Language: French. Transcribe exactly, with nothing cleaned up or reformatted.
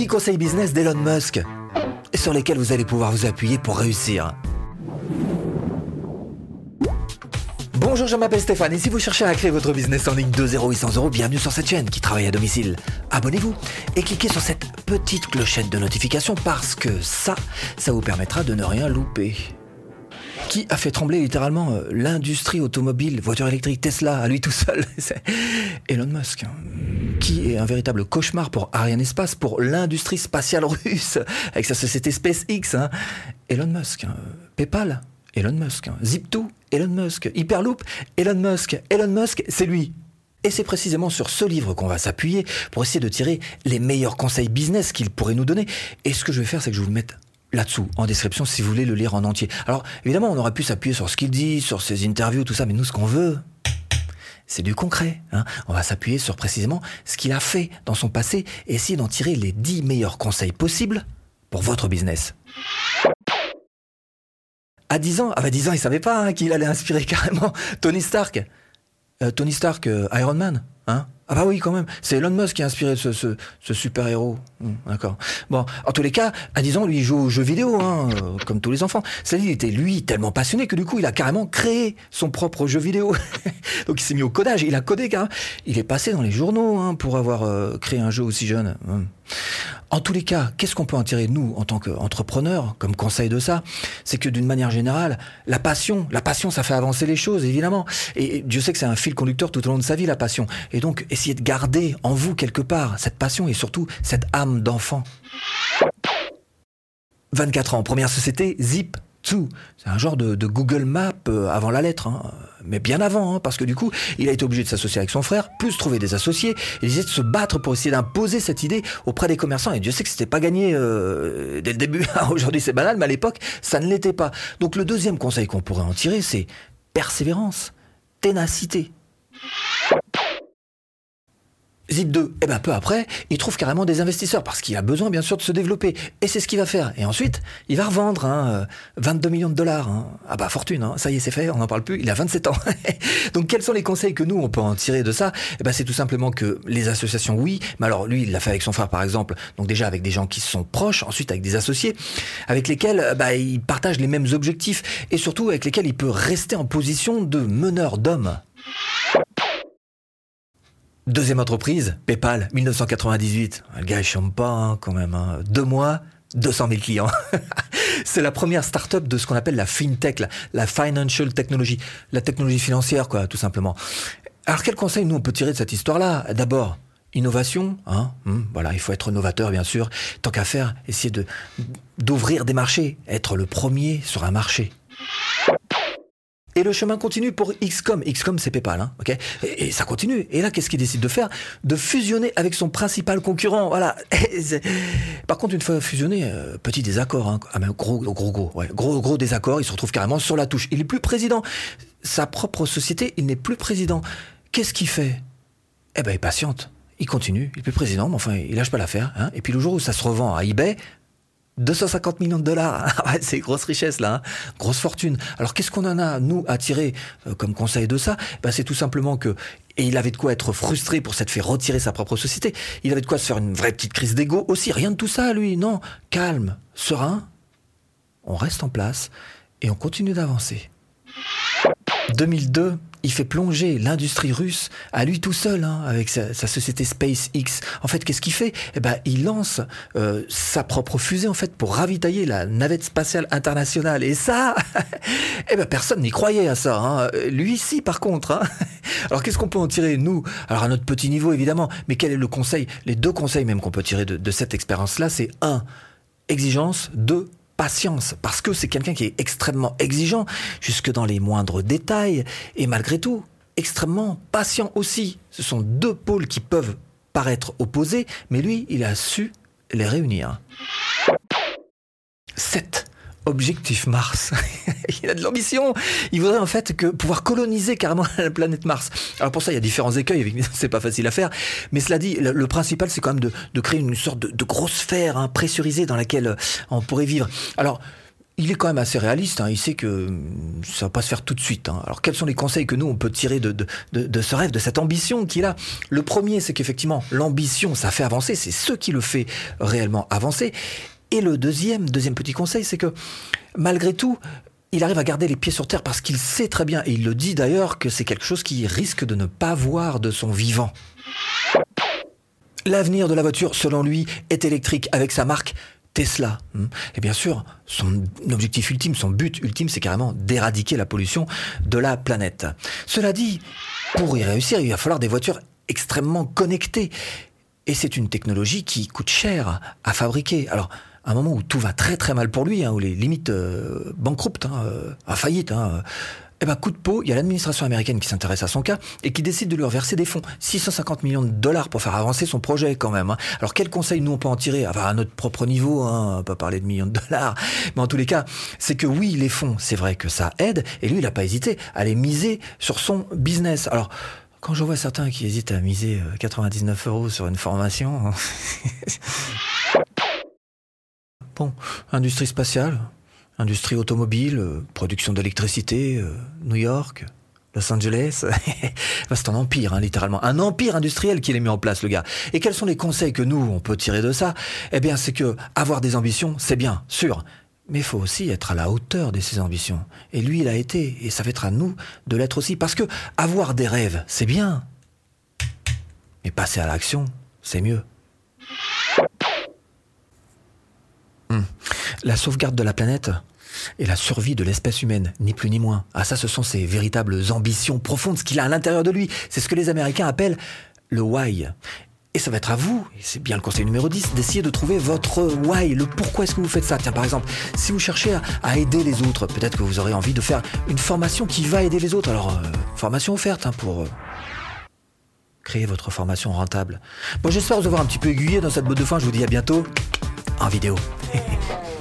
dix conseils business d'Elon Musk, sur lesquels vous allez pouvoir vous appuyer pour réussir. Bonjour, je m'appelle Stéphane et si vous cherchez à créer votre business en ligne de zéro à huit cents euros, bienvenue sur cette chaîne qui travaille à domicile. Abonnez-vous et cliquez sur cette petite clochette de notification parce que ça, ça vous permettra de ne rien louper. Qui a fait trembler littéralement euh, l'industrie automobile, voiture électrique, Tesla, à lui tout seul? C'est Elon Musk, hein, qui est un véritable cauchemar pour Arianespace, pour l'industrie spatiale russe, avec sa société SpaceX. Hein. Elon Musk, hein. PayPal, Elon Musk, hein. Zip deux, Elon Musk, Hyperloop, Elon Musk, Elon Musk, c'est lui. Et c'est précisément sur ce livre qu'on va s'appuyer pour essayer de tirer les meilleurs conseils business qu'il pourrait nous donner. Et ce que je vais faire, c'est que je vais vous le mettre là-dessous, en description, si vous voulez le lire en entier. Alors, évidemment, on aurait pu s'appuyer sur ce qu'il dit, sur ses interviews, tout ça, mais nous, ce qu'on veut, c'est du concret. Hein. On va s'appuyer sur précisément ce qu'il a fait dans son passé et essayer d'en tirer les dix meilleurs conseils possibles pour votre business. À dix ans, ah bah dix ans, il savait pas hein, qu'il allait inspirer carrément Tony Stark. Euh, Tony Stark, euh, Iron Man, hein. Ah bah oui, quand même. C'est Elon Musk qui a inspiré ce, ce, ce super-héros. Hum, d'accord. Bon, en tous les cas, à dix ans, lui, il joue aux jeux vidéo, hein, euh, comme tous les enfants. C'est-à-dire, il était, lui, tellement passionné que du coup, il a carrément créé son propre jeu vidéo. Donc, il s'est mis au codage. Il a codé, carrément. Il est passé dans les journaux hein, pour avoir euh, créé un jeu aussi jeune. Hum. En tous les cas, qu'est-ce qu'on peut en tirer, nous, en tant qu'entrepreneurs, comme conseil de ça? C'est que d'une manière générale, la passion, la passion, ça fait avancer les choses, évidemment. Et Dieu sait que c'est un fil conducteur tout au long de sa vie, la passion. Et donc, essayez de garder en vous, quelque part, cette passion et surtout cette âme d'enfant. vingt-quatre ans, première société, Zip deux. C'est un genre de, de Google Maps euh, avant la lettre, hein. Mais bien avant, hein, parce que du coup, il a été obligé de s'associer avec son frère, plus trouver des associés, et essayer de se battre pour essayer d'imposer cette idée auprès des commerçants. Et Dieu sait que c'était pas gagné euh, dès le début. Aujourd'hui, c'est banal, mais à l'époque, ça ne l'était pas. Donc le deuxième conseil qu'on pourrait en tirer, c'est persévérance, ténacité. Zip deux, eh ben peu après, il trouve carrément des investisseurs parce qu'il a besoin bien sûr de se développer. Et c'est ce qu'il va faire. Et ensuite, il va revendre hein, vingt-deux millions de dollars. Hein. Ah bah fortune, hein. Ça y est, c'est fait, on n'en parle plus, il a vingt-sept ans. Donc quels sont les conseils que nous, on peut en tirer de ça? Eh ben c'est tout simplement que les associations, oui, mais alors lui, il l'a fait avec son frère par exemple, donc déjà avec des gens qui sont proches, ensuite avec des associés, avec lesquels bah, il partage les mêmes objectifs et surtout avec lesquels il peut rester en position de meneur d'hommes. Deuxième entreprise, PayPal, dix-neuf cent quatre-vingt-dix-huit. Le gars, il chôme pas hein, quand même. Hein. Deux mois, deux cent mille clients. C'est la première start-up de ce qu'on appelle la FinTech, la, la Financial Technology, la technologie financière, quoi, tout simplement. Alors, quel conseil, nous, on peut tirer de cette histoire-là? D'abord, innovation, hein, hum, voilà, il faut être novateur, bien sûr. Tant qu'à faire, essayer de, d'ouvrir des marchés, être le premier sur un marché. Et le chemin continue pour X COM. X COM, c'est PayPal, hein, ok? Et, et ça continue. Et là, qu'est-ce qu'il décide de faire? De fusionner avec son principal concurrent, voilà. Par contre, une fois fusionné, euh, petit désaccord, hein. Ah, mais gros, gros, gros, ouais. Gros, gros désaccord. Il se retrouve carrément sur la touche. Il n'est plus président. Sa propre société, il n'est plus président. Qu'est-ce qu'il fait? Eh ben, il patiente. Il continue. Il est plus président, mais enfin, il lâche pas l'affaire, hein. Et puis le jour où ça se revend à eBay, deux cent cinquante millions de dollars, c'est grosse richesse là, hein. Grosse fortune. Alors qu'est-ce qu'on en a, nous, à tirer euh, comme conseil de ça? Ben, c'est tout simplement que, et il avait de quoi être frustré pour s'être fait retirer sa propre société, il avait de quoi se faire une vraie petite crise d'ego aussi, rien de tout ça lui, non, calme, serein, on reste en place et on continue d'avancer. deux mille deux, il fait plonger l'industrie russe à lui tout seul, hein, avec sa, sa société SpaceX. En fait, qu'est-ce qu'il fait? Eh ben, il lance euh, sa propre fusée en fait pour ravitailler la navette spatiale internationale. Et ça, eh ben, personne n'y croyait à ça. Hein. Lui, ici, par contre. Hein. Alors, qu'est-ce qu'on peut en tirer nous? Alors, à notre petit niveau, évidemment. Mais quel est le conseil? Les deux conseils même qu'on peut tirer de, de cette expérience-là, c'est un, exigence, deux, patience, parce que c'est quelqu'un qui est extrêmement exigeant, jusque dans les moindres détails, et malgré tout, extrêmement patient aussi. Ce sont deux pôles qui peuvent paraître opposés, mais lui, il a su les réunir. sept. Objectif Mars. Il a de l'ambition. Il voudrait en fait que pouvoir coloniser carrément la planète Mars. Alors pour ça, il y a différents écueils. C'est pas facile à faire. Mais cela dit, le, le principal, c'est quand même de, de créer une sorte de, de grosse sphère hein, pressurisée dans laquelle on pourrait vivre. Alors, il est quand même assez réaliste, hein. Il sait que ça va pas se faire tout de suite, hein. Alors quels sont les conseils que nous on peut tirer de, de, de, de ce rêve, de cette ambition qu'il a? Le premier, c'est qu'effectivement l'ambition ça fait avancer, c'est ce qui le fait réellement avancer. Et le deuxième, deuxième petit conseil, c'est que malgré tout, il arrive à garder les pieds sur terre parce qu'il sait très bien, et il le dit d'ailleurs, que c'est quelque chose qu'il risque de ne pas voir de son vivant. L'avenir de la voiture, selon lui, est électrique avec sa marque Tesla. Et bien sûr, son objectif ultime, son but ultime, c'est carrément d'éradiquer la pollution de la planète. Cela dit, pour y réussir, il va falloir des voitures extrêmement connectées. Et c'est une technologie qui coûte cher à fabriquer. Alors, à un moment où tout va très très mal pour lui, hein, où les limites euh, banqueroute, hein, euh, à faillite, hein, euh, eh ben, coup de peau, il y a l'administration américaine qui s'intéresse à son cas et qui décide de lui reverser des fonds. six cent cinquante millions de dollars pour faire avancer son projet quand même, hein. Alors quel conseil nous on peut en tirer? Enfin, à notre propre niveau, hein, on va pas parler de millions de dollars. Mais en tous les cas, c'est que oui, les fonds, c'est vrai que ça aide. Et lui, il n'a pas hésité à les miser sur son business. Alors, quand je vois certains qui hésitent à miser quatre-vingt-dix-neuf euros sur une formation... Bon, industrie spatiale, industrie automobile, euh, production d'électricité, euh, New York, Los Angeles, c'est un empire, hein, littéralement. Un empire industriel qu'il a mis en place, le gars. Et quels sont les conseils que nous, on peut tirer de ça? Eh bien, c'est que avoir des ambitions, c'est bien, sûr. Mais il faut aussi être à la hauteur de ses ambitions. Et lui, il a été, et ça va être à nous de l'être aussi. Parce que avoir des rêves, c'est bien. Mais passer à l'action, c'est mieux. La sauvegarde de la planète et la survie de l'espèce humaine, ni plus ni moins. Ah ça, ce sont ses véritables ambitions profondes, ce qu'il a à l'intérieur de lui. C'est ce que les Américains appellent le why. Et ça va être à vous, et c'est bien le conseil numéro dix, d'essayer de trouver votre why, le pourquoi est-ce que vous faites ça. Tiens, par exemple, si vous cherchez à, à aider les autres, peut-être que vous aurez envie de faire une formation qui va aider les autres. Alors, euh, formation offerte, hein, pour... Euh, créer votre formation rentable. Bon, j'espère vous avoir un petit peu aiguillé dans cette botte de foin. Je vous dis à bientôt en vidéo.